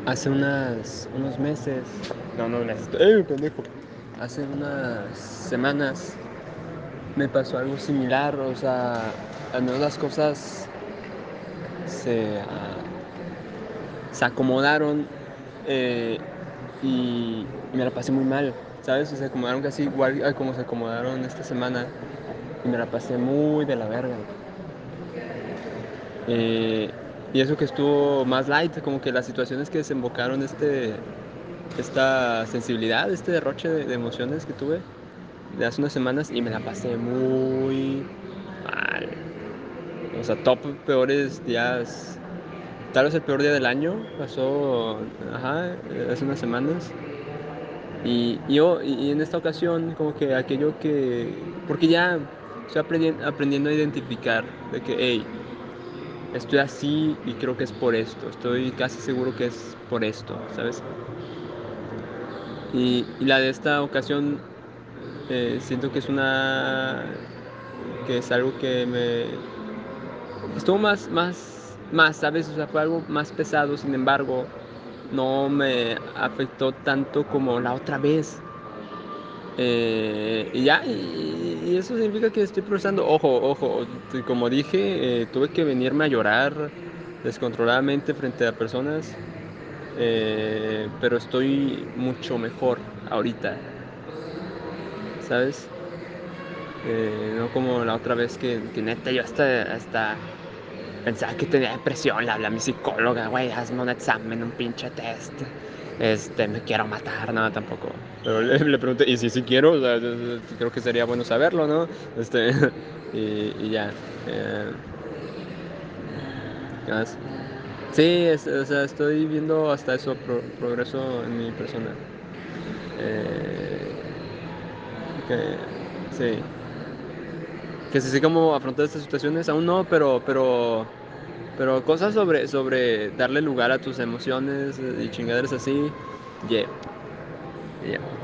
Hace unos meses, no, no meses, pendejo. Hace unas semanas me pasó algo similar, o sea, al menos las cosas se, se acomodaron eh, y me la pasé muy mal, ¿sabes? Se acomodaron casi igual a como se acomodaron esta semana y me la pasé muy de la verga. Eh, y eso que estuvo más light, como que las situaciones que desembocaron esta sensibilidad, este derroche de emociones que tuve de hace unas semanas y me la pasé muy mal. O sea, top peores días. Tal vez el peor día del año pasó, ajá, hace unas semanas. Y en esta ocasión, como que aquello que. Porque ya estoy aprendiendo a identificar de que, hey, estoy así y creo que es por esto. Estoy casi seguro que es por esto, ¿sabes? Y la de esta ocasión siento que es que es algo que me estuvo más, ¿sabes? O sea, fue algo más pesado, sin embargo, no me afectó tanto como la otra vez. Y ya, y eso significa que estoy procesando. Ojo, como dije, tuve que venirme a llorar descontroladamente frente a personas, pero estoy mucho mejor ahorita, ¿sabes? No como la otra vez que neta yo hasta pensaba que tenía depresión. Le hablé a mi psicóloga, güey, hazme un examen, un pinche test. Me quiero matar, no, tampoco. Pero le pregunté, y si quiero, o sea, creo que sería bueno saberlo, ¿no? Este, y ya. eh, ¿Qué más? Sí, o sea, estoy viendo hasta eso, progreso en mi persona. Eh, que, sí. Que sí sé cómo afrontar estas situaciones, aún no, pero cosas sobre darle lugar a tus emociones y chingaderas así, yeah, yeah.